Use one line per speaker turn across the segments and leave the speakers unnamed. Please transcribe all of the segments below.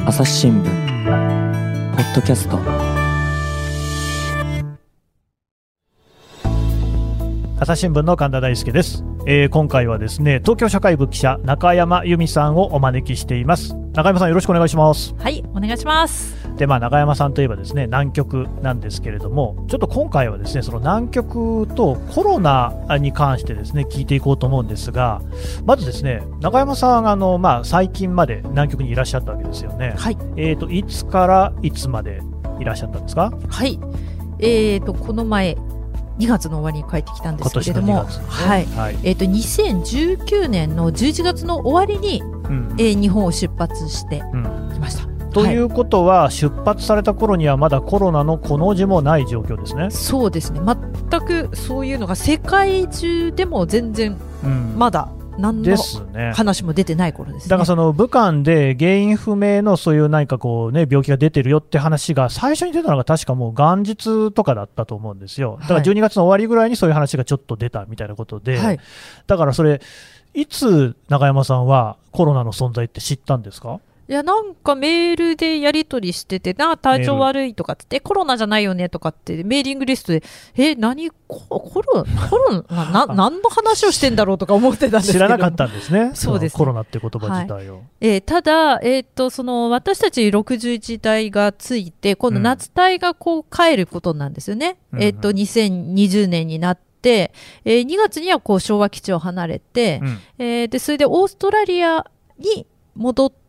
朝日新聞ポッドキャスト。
朝日新聞の神田大輔です。今回はですね、東京社会部記者中山由美さんをお招きしています。中山さん、よろしくお願いします。
はい、お願いします。
で、中山さんといえばですね、南極なんですけれども、ちょっと今回はですね、その南極とコロナに関してですね、聞いていこうと思うんですが、まずですね、中山さん最近まで南極にいらっしゃったわけですよね。
はい。
いつからいつまでいらっしゃったんですか？
はい。この前2月の終わりに帰ってきたんですけれども、
今年の2月、ね、
はい。2019年の11月の終わりに、日本を出発してきました。
ということは、出発された頃にはまだコロナのこの字もない状況ですね。
そうですね。全くそういうのが世界中でも全然まだ何の話も出てない頃ですね。
だからその武漢で原因不明のそういう何かこう、ね、病気が出てるよって話が最初に出たのが確かもう元日とかだったと思うんですよ。だから12月の終わりぐらいにそういう話がちょっと出たみたいなことで、はい、だからそれいつ中山さんはコロナの存在って知ったんですか？
いや、なんかメールでやり取りしてて、体調悪いとかって、コロナじゃないよねとかってメーリングリストで、何コロナ何の話をしてんだろうとか思ってたんですけど、
知らなかったんですね。
そうですね、
コロナって言葉自体を。
はい、ただ、その私たち61隊がついて、今度夏隊がこう帰ることなんですよね。2020年になって、2月にはこう昭和基地を離れて、でそれでオーストラリアに戻って、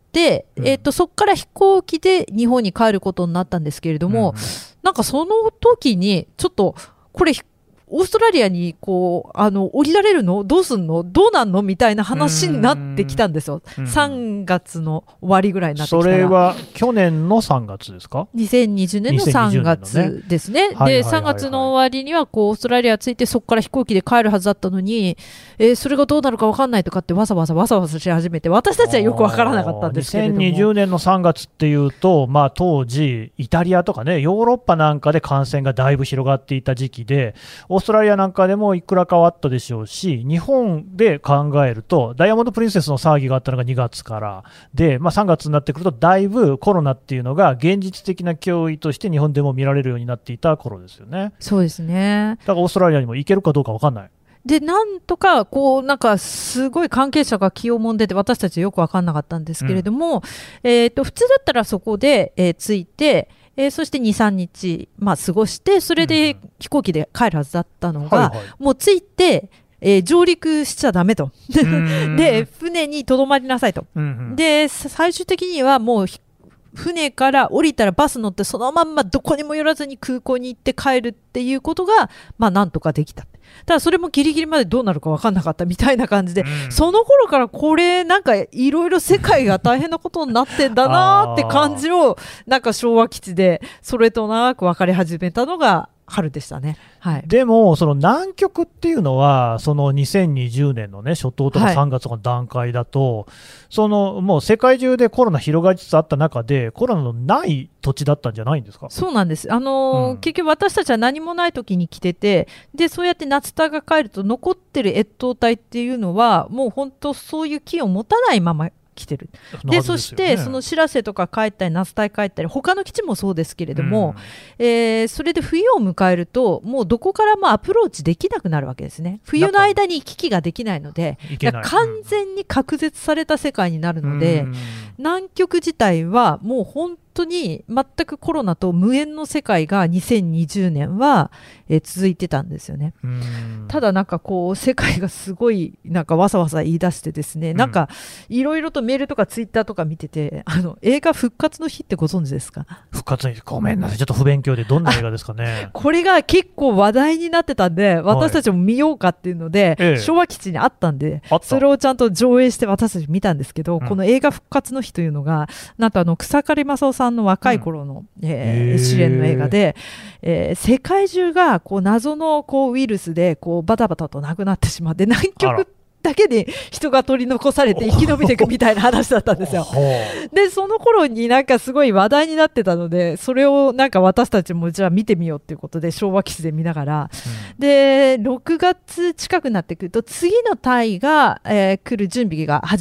そこから飛行機で日本に帰ることになったんですけれども、なんかその時にちょっとこれオーストラリアにこう降りられるのどうすんのどうなんのみたいな話になってきたんですよ。3月の終わりぐらいになってきたら。
それは去年の3月ですか
？2020年の3月ですね。で、3月の終わりにはこうオーストラリア着いてそこから飛行機で帰るはずだったのに、それがどうなるか分かんないとかってわさわさし始めて、私たちはよく分からなかったんですけれども、
2020年の3月っていうと、当時イタリアとかね、ヨーロッパなんかで感染がだいぶ広がっていた時期で、オーストラリアなんかでもいくらかはあったでしょうし、日本で考えるとダイヤモンドプリンセスの騒ぎがあったのが2月からで、3月になってくるとだいぶコロナっていうのが現実的な脅威として日本でも見られるようになっていた頃ですよね。
そうですね。
だからオーストラリアにも行けるかどうか分かんない。
で、なんとかなんかすごい関係者が気をもんでて、私たちよく分かんなかったんですけれども、普通だったらそこで、着いて、そして2、3日、過ごして、それで飛行機で帰るはずだったのが、もう着いて、上陸しちゃダメと。で、船にとどまりなさいと。で、最終的にはもう、船から降りたらバス乗ってそのまんまどこにも寄らずに空港に行って帰るっていうことが、なんとかできた。ただそれもギリギリまでどうなるか分かんなかったみたいな感じで、その頃からこれなんかいろいろ世界が大変なことになってんだなって感じをなんか昭和基地でそれとなく分かり始めたのが春でしたね。はい、
でもその南極っていうのはその2020年の、ね、初頭とか3月の段階だと、そのもう世界中でコロナ広がりつつあった中でコロナのない土地だったんじゃないんですか？
そうなんです。結局私たちは何もない時に来てて、でそうやって夏隊が帰ると残ってる越冬隊っていうのはもう本当そういう気を持たないまま来てる。でそしてそのしらせとか帰ったり夏隊帰ったり他の基地もそうですけれども、それで冬を迎えるともうどこからもアプローチできなくなるわけですね。冬の間に行き来ができないので、完全に隔絶された世界になるので、南極自体はもう本当に全くコロナと無縁の世界が2020年は、続いてたんですよね。ただなんかこう世界がすごいなんかわさわさ言い出してですね、なんかいろいろとメールとかツイッターとか見てて、映画復活の日ってご存知ですか？
復活の日、ごめんなさい、ちょっと不勉強でどんな映画ですかね。
これが結構話題になってたんで、私たちも見ようかっていうので、昭和基地にあったんで、それをちゃんと上映して私たち見たんですけど、この映画復活の日というのがなんと草刈正雄さんの若い頃の、主演の映画で、世界中がこう謎のこうウイルスでこうバタバタとなくなってしまって、南極だけで人が取り残されて生き延びていくみたいな話だったんですよ。でその頃になんかすごい話題になってたので、それをなんか私たちもじゃあ見てみようっていうことで昭和基地で見ながら、で6月近くなってくると次の隊が、来る準備が始まって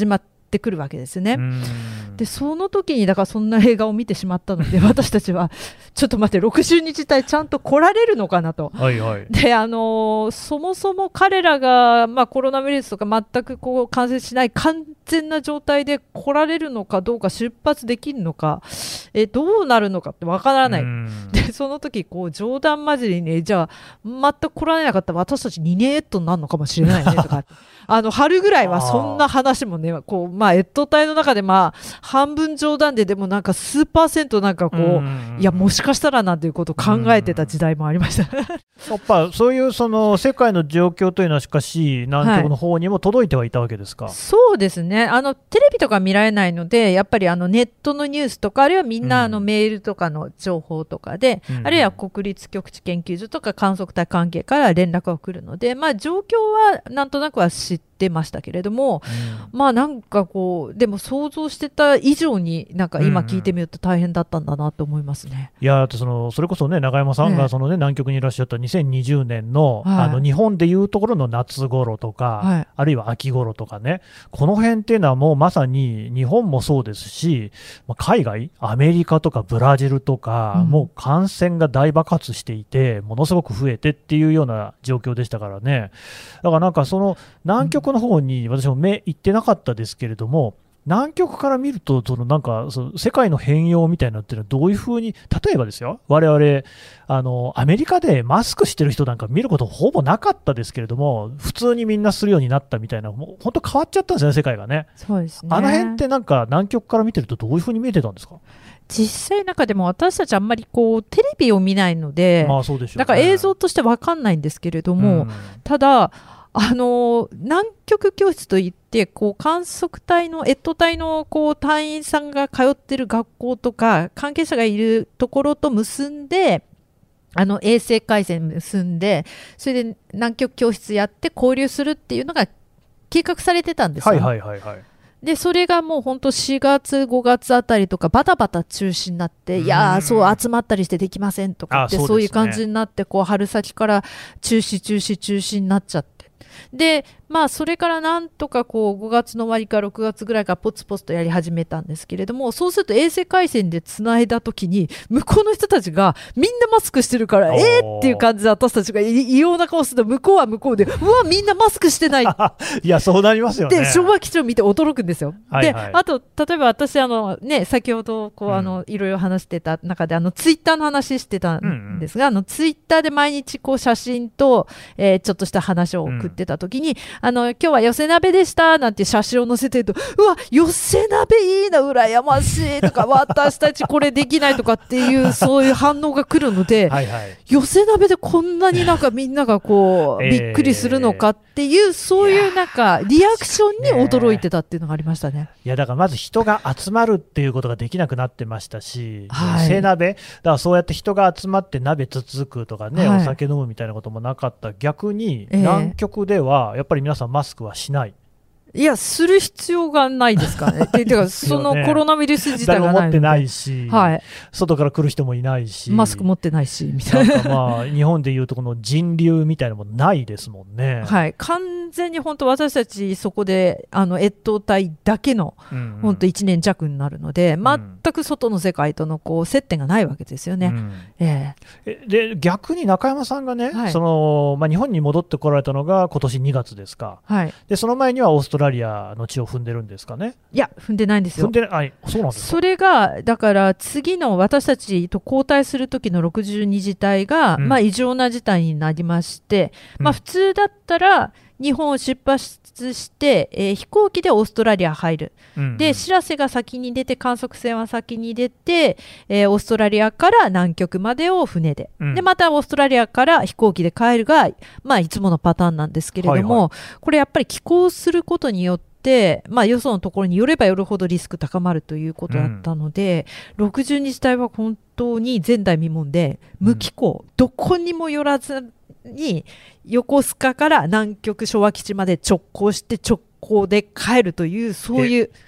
ってくるわけですね。
うん
でその時にだからそんな映画を見てしまったので私たちはちょっと待って60日隊ちゃんと来られるのかなと。
はいはい。
でそもそも彼らが、コロナウイルスとか全くこう感染しない完全な状態で来られるのかどうか、出発できるのか、どうなるのかってわからない。でその時こう冗談交じりに、じゃあ全く来られなかったら私たち2年越冬になるのかもしれないねとか春ぐらいはそんな話もね、こう越冬隊の中で半分冗談で、でもなんか数%なんかこう、いやもしかしたらなんていうことを考えてた時代もありました
やっぱそういうその世界の状況というのはしかし南極の方にも届いてはいたわけですか。
そうですね、テレビとか見られないので、やっぱりネットのニュースとか、あるいはみんなメールとかの情報とかで、あるいは国立極地研究所とか観測隊関係から連絡が来るので、状況はなんとなくは知ってましたけれども、なんかこうでも想像してた以上になんか今聞いてみると大変だったんだなと思いますね。
いやそれこそね、永山さんが南極にいらっしゃった2020年の、日本でいうところの夏頃とか、あるいは秋頃とかね、この辺っていうのはもうまさに日本もそうですし、海外アメリカとかブラジルとか、もう感染が大爆発していてものすごく増えてっていうような状況でしたからね。だからなんかその南極の方に私も目いってなかったですけれども、南極から見るとなんか世界の変容みたいなっていうのはどういうふうに、例えばですよ、我々アメリカでマスクしてる人なんか見ることほぼなかったですけれども、普通にみんなするようになったみたいな、もう本当変わっちゃったんですね、世界がね。
そうですね。
あの辺ってなんか南極から見てるとどういうふうに見えてたんですか。
実際中でも私たちあんまりこうテレビを見ないので、
そうでしょうね、
だから映像として分かんないんですけれども、ただ南極教室といってこう観測隊の越冬隊のこう隊員さんが通ってる学校とか関係者がいるところと結んで、衛星回線結んで、それで南極教室やって交流するっていうのが計画されてたんですよ。でそれがもう本当4月5月あたりとかバタバタ中止になって、いやそう集まったりしてできませんとかって、そういう感じになって、こう春先から中止になっちゃって、でそれからなんとかこう5月の終わりから6月ぐらいからポツポツとやり始めたんですけれども、そうすると衛星回線でつないだ時に向こうの人たちがみんなマスクしてるから、っていう感じで私たちが異様な顔すると、向こうは向こうでうわみんなマスクしてない
いやそうなりますよね。
で昭和基地を見て驚くんですよ。であと例えば私先ほどこういろいろ話してた中でツイッターの話してたんですが、ツイッターで毎日こう写真と、ちょっとした話を送ってた時に、今日は寄せ鍋でしたなんて写真を載せてると、うわ寄せ鍋いいな羨ましいとか私たちこれできないとかっていうそういう反応が来るので寄せ鍋でこんなになんかみんながこうびっくりするのかっていう、そういうなんかリアクションに驚いてたっていうのがありましたね。
いやだからまず人が集まるっていうことができなくなってましたし、寄せ鍋だからそうやって人が集まって鍋つつくとかね、お酒飲むみたいなこともなかった。逆に南極ではやっぱり皆さんマスクはしない。
いやする必要がないですかね。てかそのコロナウイルス自体がないので、
誰も持ってないし、外から来る人もいないし、
マスク持ってないしみたい
な。日本でいうとこの人流みたいなのもないですもんね。
完全に本当私たちそこで越冬隊だけの本当1年弱になるので、全く外の世界とのこう接点がないわけですよね。
で逆に中山さんがね、日本に戻ってこられたのが今年2月ですか。でその前にはオーストラリアの地を踏んでるんですかね。
いや踏んでないんですよ。
そうなんですか。
それがだから次の私たちと交代する時の62次隊が、異常な事態になりまして、普通だったら日本を出発して、飛行機でオーストラリア入る、でしらせが先に出て観測船は先に出て、オーストラリアから南極までを船で、でまたオーストラリアから飛行機で帰るが、いつものパターンなんですけれども、これやっぱり寄港することによってよそのところに寄れば寄るほどリスク高まるということだったので、60日隊は本当に前代未聞で無寄港、どこにも寄らずに横須賀から南極昭和基地まで直行して直行で帰るという、そういう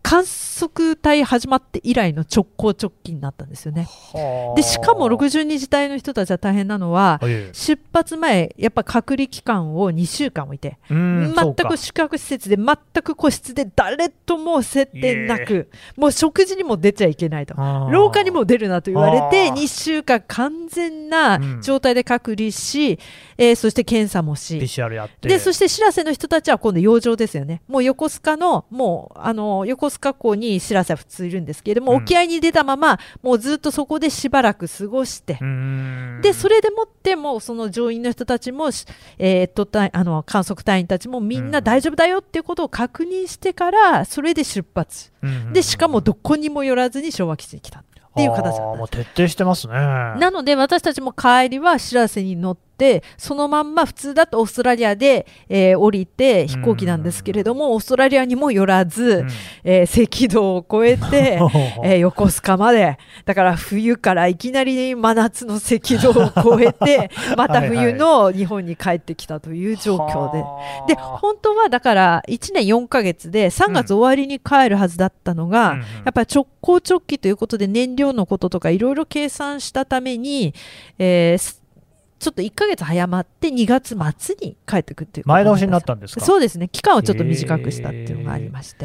観測隊始まって以来の直行直帰になったんですよね。でしかも62次隊の人たちは大変なのは、出発前やっぱ隔離期間を2週間置いて、全く宿泊施設で全く個室で誰とも接点なく、もう食事にも出ちゃいけないと、廊下にも出るなと言われて2週間完全な状態で隔離し、そして検査もし、
PCR やって、
でそしてしらせの人たちは今度洋上ですよね。もう横須賀のもう横須賀港にしらせは普通いるんですけれども、沖合に出たままもうずっとそこでしばらく過ごして、でそれでもってもその乗員の人たちも、観測隊員たちもみんな大丈夫だよっていうことを確認してからそれで出発、でしかもどこにも寄らずに昭和基地に来たっていう形だった。
もう徹底してますね。
なので私たちも帰りはしらせに乗ってそのまんま普通だとオーストラリアで、降りて飛行機なんですけれども、オーストラリアにも寄らず、赤道を越えて、横須賀まで、だから冬からいきなり真夏の赤道を越えてまた冬の日本に帰ってきたという状況で、で本当はだから1年4ヶ月で3月終わりに帰るはずだったのが、やっぱり直行直帰ということで燃料のこととかいろいろ計算したために、ちょっと1ヶ月早まって2月末に帰ってくるということ
前倒しになったんですか。
そうですね、期間をちょっと短くしたっていうのがありまして、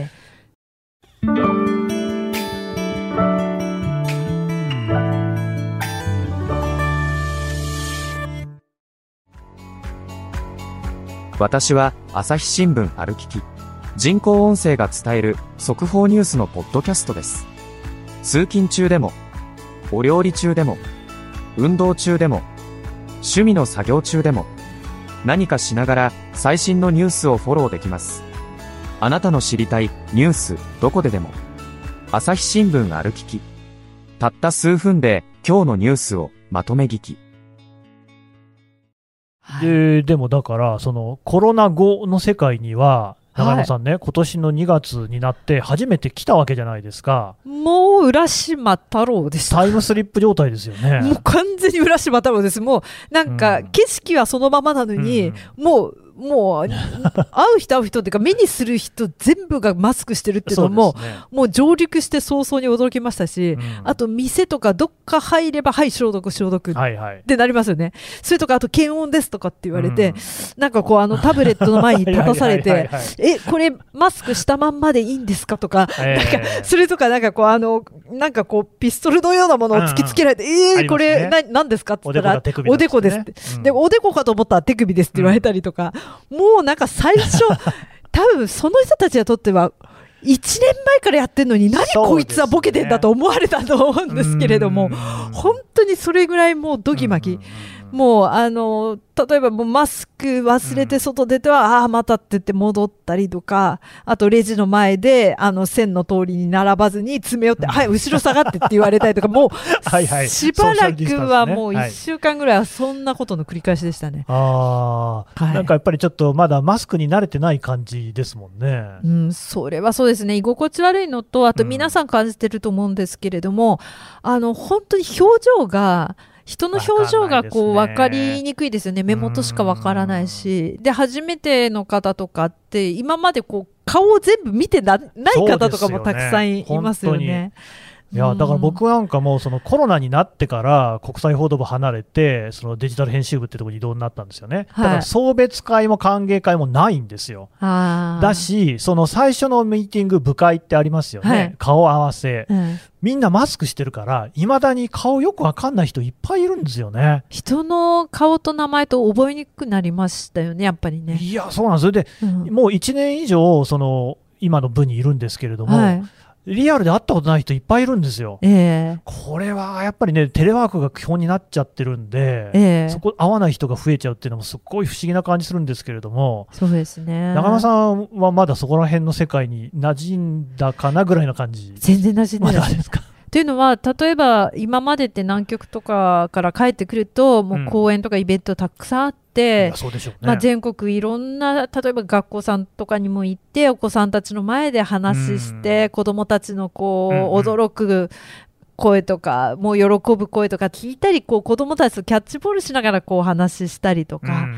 私は朝日新聞ある聞き、人工音声が伝える速報ニュースのポッドキャストです。通勤中でも、お料理中でも、運動中でも、趣味の作業中でも、何かしながら最新のニュースをフォローできます。あなたの知りたいニュースどこででも、朝日新聞ある聞き。たった数分で今日のニュースをまとめ聞き。
でもだからそのコロナ後の世界には中山さんね、今年の2月になって初めて来たわけじゃないですか。
もう浦島太郎でした。
タイムスリップ状態ですよね。
もう完全に浦島太郎です。もうなんか景色はそのままなのに、もう会う人っていうか目にする人全部がマスクしてるっていうのも、もう上陸して早々に驚きましたし、あと店とかどっか入ればはい消毒ってなりますよね。それとかあと検温ですとかって言われて、なんかこうタブレットの前に立たされてこれマスクしたまんまでいいんですかとか、なんかそれとかなんかこうなんかこうピストルのようなものを突きつけられて、これ何ですかって言ったらおでこですって、でおでこかと思ったら手首ですって言われたりとか、もうなんか最初多分その人たちにとっては1年前からやってるのに何こいつはボケてんだと思われたと思うんですけれども、本当にそれぐらいもうドギマギ、もう例えばもうマスク忘れて外出ては、またって言って戻ったりとか、あとレジの前で線の通りに並ばずに詰め寄って、後ろ下がってって言われたりとか、もうしばらくはもう1週間ぐらいはそんなことの繰り返しでしたね。
なんかやっぱりちょっとまだマスクに慣れてない感じですもんね。
それはそうですね。居心地悪いのと、あと皆さん感じてると思うんですけれども、本当に人の表情がこう分かりにくいですよね。目元しか分からないし、で初めての方とかって今までこう顔を全部見てない方とかもたくさんいますよね。
いやだから僕なんかもそのコロナになってから国際報道部離れてそのデジタル編集部ってところに移動になったんですよね。だから送別会も歓迎会もないんですよ。だしその最初のミーティング部会ってありますよね、顔合わせ、みんなマスクしてるからいまだに顔よくわかんない人いっぱいいるんですよね。
人の顔と名前と覚えにくくなりましたよね、やっぱりね。
いやそうなんですよ。で、もう1年以上その今の部にいるんですけれども、リアルで会ったことない人いっぱいいるんですよ。これはやっぱりねテレワークが基本になっちゃってるんで、そこ会わない人が増えちゃうっていうのもすっごい不思議な感じするんですけれども。
そうですね。
中山さんはまだそこら辺の世界に馴染んだかなぐらいの感じ。
全然馴染んでない
ですか。
というのは例えば今までって南極とかから帰ってくるともう公演とかイベントたくさんあって、全国いろんな例えば学校さんとかにも行ってお子さんたちの前で話して、子どもたちのこう、驚く声とかもう喜ぶ声とか聞いたり、こう子どもたちとキャッチボールしながらこう話したりとか、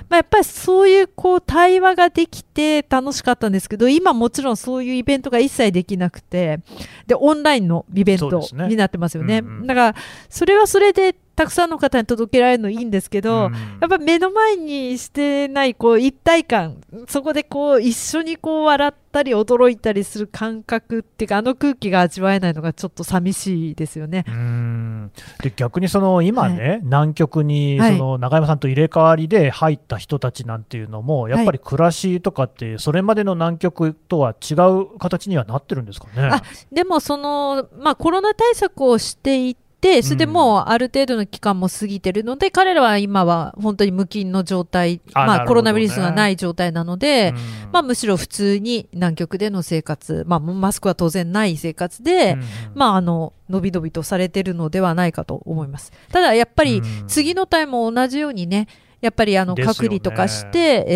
やっぱりそういう対話ができて楽しかったんですけど、今もちろんそういうイベントが一切できなくて、でオンラインのイベントになってますよね。だからそれはそれでたくさんの方に届けられるのいいんですけど、やっぱ目の前にしてない一体感、そこで一緒に笑ったり驚いたりする感覚っていうか、空気が味わえないのがちょっと寂しいですよね。
で逆に今ね、南極に永山さんと入れ替わりで入った人たちなんていうのも、やっぱり暮らしとかってそれまでの南極とは違う形にはなってるんですかね。
でもコロナ対策をしていて、それでもうある程度の期間も過ぎてるので、彼らは今は本当に無菌の状態、コロナウイルスがない状態なので、むしろ普通に南極での生活、マスクは当然ない生活で、のびのびとされてるのではないかと思います。ただやっぱり次の隊も同じようにね、やっぱり隔離とかして、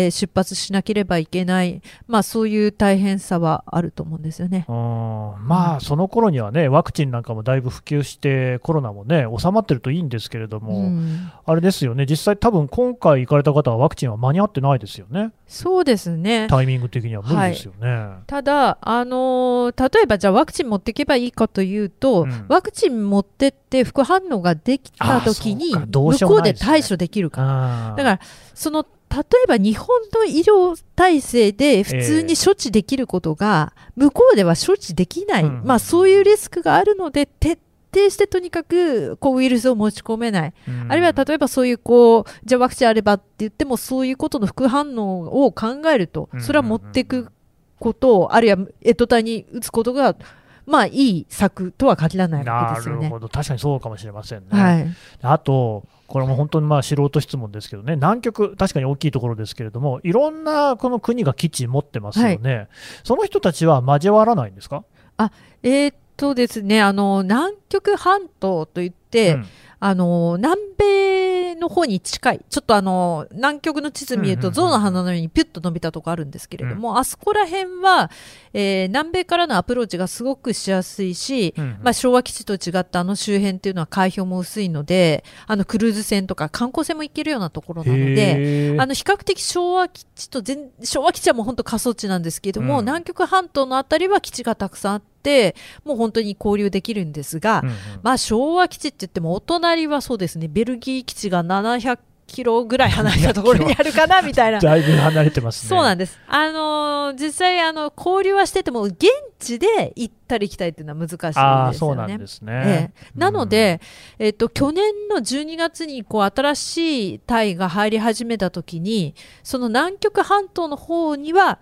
出発しなければいけない、そういう大変さはあると思うんですよね。
その頃にはね、ワクチンなんかもだいぶ普及して、コロナもね、収まってるといいんですけれども、あれですよね、実際、多分今回行かれた方はワクチンは間に合ってないですよね。
そうですね。
タイミング的には無理ですよね。
ただ、例えばじゃあワクチン持っていけばいいかというと、ワクチン持ってって副反応ができたときに、向こうで対処できるか。だから例えば日本の医療体制で普通に処置できることが、向こうでは処置できない、そういうリスクがあるので、徹底してとにかくウイルスを持ち込めない、あるいは例えばそういうじゃあワクチンあればって言っても、そういうことの副反応を考えると、それは持っていくことを、あるいは越冬隊に打つことがいい策とは限らないわけですよね。
なるほど、確かにそうかもしれませんね。あとこれも本当に素人質問ですけどね、南極、確かに大きいところですけれども、いろんなこの国が基地持ってますよね、その人たちは交わらないんですか？
ですね、南極半島といって、南米の方に近い、ちょっと南極の地図見ると象の鼻のようにピュッと伸びたところあるんですけれども、あそこら辺は、南米からのアプローチがすごくしやすいし、昭和基地と違った周辺っていうのは海氷も薄いので、クルーズ船とか観光船も行けるようなところなので、比較的昭和基地はもう本当過疎地なんですけれども、南極半島のあたりは基地がたくさんあって、もう本当に交流できるんですが、昭和基地って言ってもお隣はそうですね、ベルギー基地が700キロぐらい離れたところにあるかなみたいな
だいぶ離れてますね。
そうなんです。実際交流はしてても現地で行ったり来たりっていうのは難しいですよね。
そうなんですね。
なので、去年の12月に新しい隊が入り始めた時に、その南極半島の方には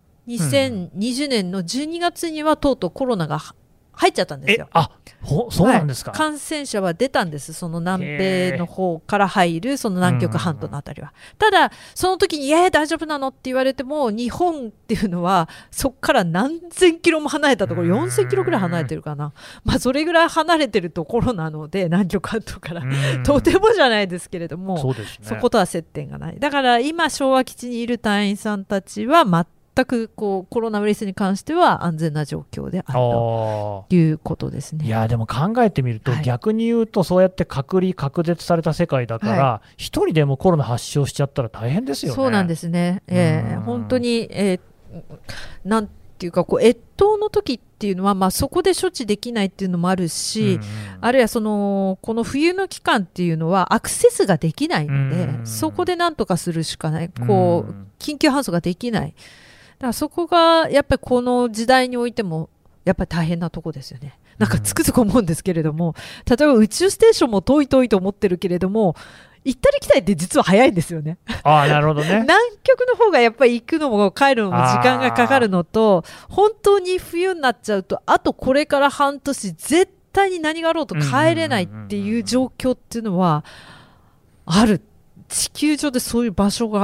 2020年の12月にはとうとうコロナが入っちゃったんですよ。
そうなんですか。
感染者は出たんです。その南米の方から入るその南極半島のあたりは。ただその時に大丈夫なのって言われても、日本っていうのはそこから何千キロも離れたところ、4000キロぐらい離れてるかな。それぐらい離れてるところなので、南極半島からとてもじゃないですけれども、そことは接点がない。だから今昭和基地にいる隊員さんたちは全くコロナウイルスに関しては安全な状況であるということですね。
いやでも考えてみると、逆に言うとそうやって隔離隔絶された世界だから、一人でもコロナ発症しちゃったら大変ですよね。
そうなんですね。本当に、なんていうか越冬の時っていうのは、そこで処置できないっていうのもあるし、あるいはこの冬の期間っていうのはアクセスができないので、そこでなんとかするしかない、緊急搬送ができない。だからそこがやっぱりこの時代においてもやっぱり大変なとこですよね。なんかつくづく思うんですけれども、例えば宇宙ステーションも遠いと思ってるけれども、行ったり来たりって実は早いんですよね。
なるほどね。
南極の方がやっぱり行くのも帰るのも時間がかかるのと、本当に冬になっちゃうと、あとこれから半年絶対に何があろうと帰れないっていう状況っていうのはある。地球上でそういう場所が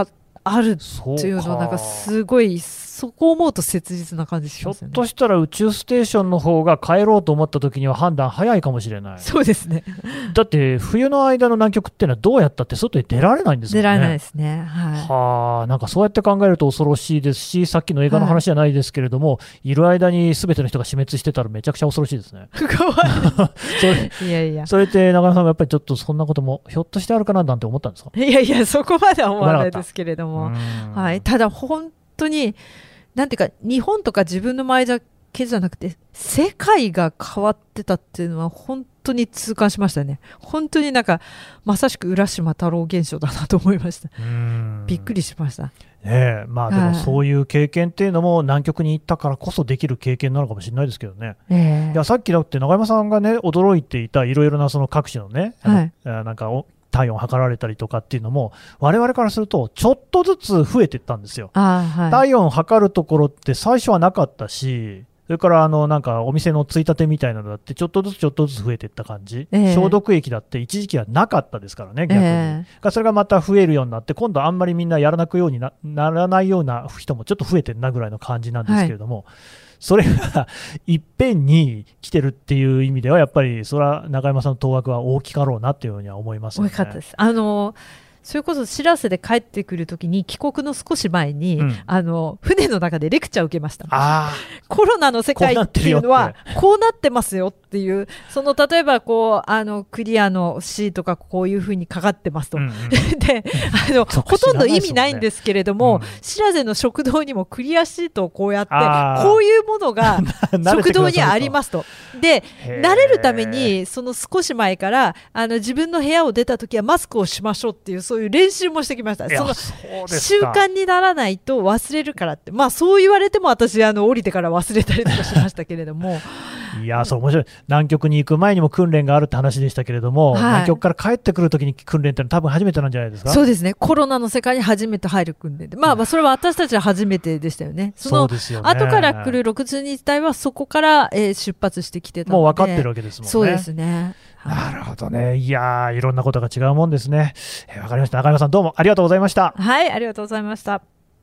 あるっていうのなんかすごい、そこを思うと切実な感じしますよね。
ひょっとしたら宇宙ステーションの方が帰ろうと思った時には判断早いかもしれない。
そうですね。
だって冬の間の南極っていうのはどうやったって外に出られないんですもんね。
出られないですね。
はあ、なんかそうやって考えると恐ろしいですし、さっきの映画の話じゃないですけれども、いる間に全ての人が死滅してたらめちゃくちゃ恐ろしいですね。
怖い。いやいや。
それって中山さんもやっぱりちょっとそんなこともひょっとしてあるかななんて思ったんですか？
いやいや、そこまでは思わないですけれども、はい、ただ本当になんていうか、日本とか自分の前だけじゃなくて世界が変わってたっていうのは本当に痛感しましたね。本当になんかまさしく浦島太郎現象だなと思いました。びっくりしました。
まあでもそういう経験っていうのも南極に行ったからこそできる経験なのかもしれないですけどね。いやさっきだって中山さんがね驚いていたいろいろなその各種のね、なんか体温を測られたりとかっていうのも我々からするとちょっとずつ増えていったんですよ。体温を測るところって最初はなかったし、それからなんかお店のついたてみたいなのだってちょっとずつ増えていった感じ、消毒液だって一時期はなかったですからね、逆に、それがまた増えるようになって今度あんまりみんなやらなくように ならないような人もちょっと増えてるなぐらいの感じなんですけれども、それがいっぺんに来てるっていう意味ではやっぱりそれは中山さんの当惑は大きかろうなっていうふうには思いますよね。
大きかったです。それこそしらせで帰ってくるときに帰国の少し前に、船の中でレクチャーを受けました。コロナの世界っていうのはこうなってますよっていう、その例えばこうクリアのシートがこういうふうにかかってますと、でほとんど意味ないんですけれども、しらせの食堂にもクリアシートをこうやってこういうものが食堂にありますと。で慣れるためにその少し前から自分の部屋を出たときはマスクをしましょうっていうそういう練習もしてきました。その習慣にならないと忘れるからって、まあそう言われても私降りてから忘れたりとかしましたけれども
いやそう面白い。南極に行く前にも訓練があるって話でしたけれども、南極から帰ってくるときに訓練ってのは多分初めてなんじゃないですか？
そうですね。コロナの世界に初めて入る訓練で、まあそれは私たちは初めてでしたよね。その後から来る60日隊はそこから、出発してきてたので、
もう分かってるわけですもんね。
そうですね。
なるほどね。いやいろんなことが違うもんですね。わかりました。中山さんどうもありがとうございました。
はい、ありがとうございました。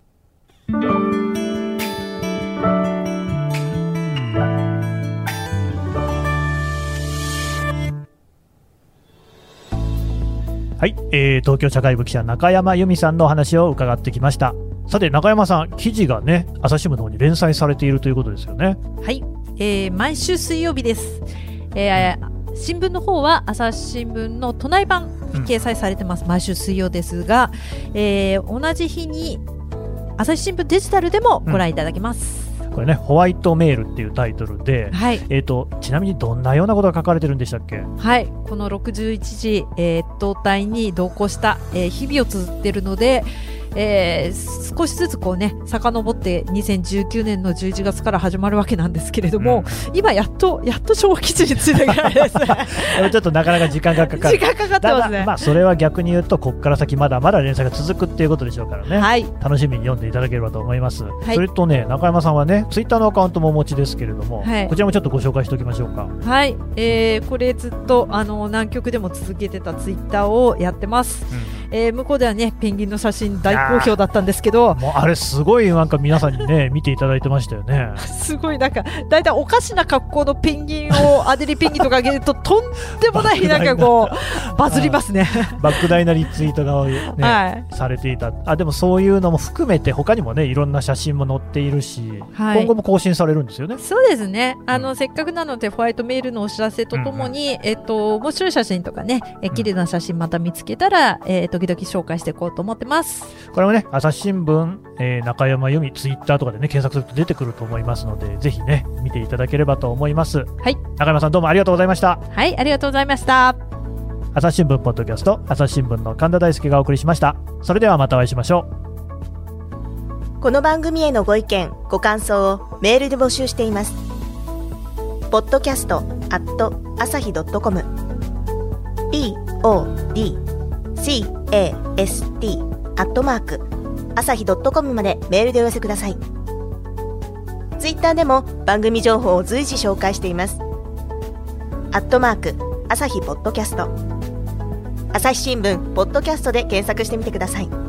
はい、東京社会部記者中山由美さんのお話を伺ってきました。さて中山さん、記事がね朝日新聞の方に連載されているということですよね。
はい、毎週水曜日です。新聞の方は朝日新聞の都内版に掲載されてます。毎週水曜ですが、同じ日に朝日新聞デジタルでもご覧いただけます。
これね、ホワイトメールっていうタイトルで、ちなみにどんなようなことが書かれてるんでしたっけ？
はい、この61時、越冬隊に同行した、日々を綴っているので、少しずつこうね遡って2019年の11月から始まるわけなんですけれども、今やっと昭和基地についたぐらいですね
ちょっとなかなか時間がかかる。
時間かかってますね。
まあそれは逆に言うとここから先まだまだ連載が続くっていうことでしょうからね、楽しみに読んでいただければと思います。それとね、中山さんはねツイッターのアカウントもお持ちですけれども、こちらもちょっとご紹介しておきましょうか。
はい、これずっと南極でも続けてたツイッターをやってます。向こうではねペンギンの写真大好評だったんですけど、
もうあれすごいなんか皆さんにね見ていただいてましたよね
すごいなんかだいたいおかしな格好のペンギンをアデリーペンギンとかあげるととんでもないなんかこうバズりますね
莫大なリツイートが、ねされていた。でもそういうのも含めて他にもねいろんな写真も載っているし、今後も更新されるんですよね。
そうですね。せっかくなのでホワイトメールのお知らせとともに、面白い写真とかね、綺麗な写真また見つけたら、時々紹介していこうと思ってます。
これもね朝日新聞、中山由美ツイッターとかでね検索すると出てくると思いますので、ぜひね見ていただければと思います。
はい、
中山さんどうもありがとうございました。
はい、ありがとうございました。
朝日新聞ポッドキャスト、朝日新聞の神田大輔がお送りしました。それではまたお会いしましょ
う。この番組へのご意見ご感想をメールで募集しています。podcast@asahi.com podcast@asahi.com までメールでお寄せください。ツイッターでも番組情報を随時紹介しています。@朝日ポッドキャスト、朝日新聞ポッドキャストで検索してみてください。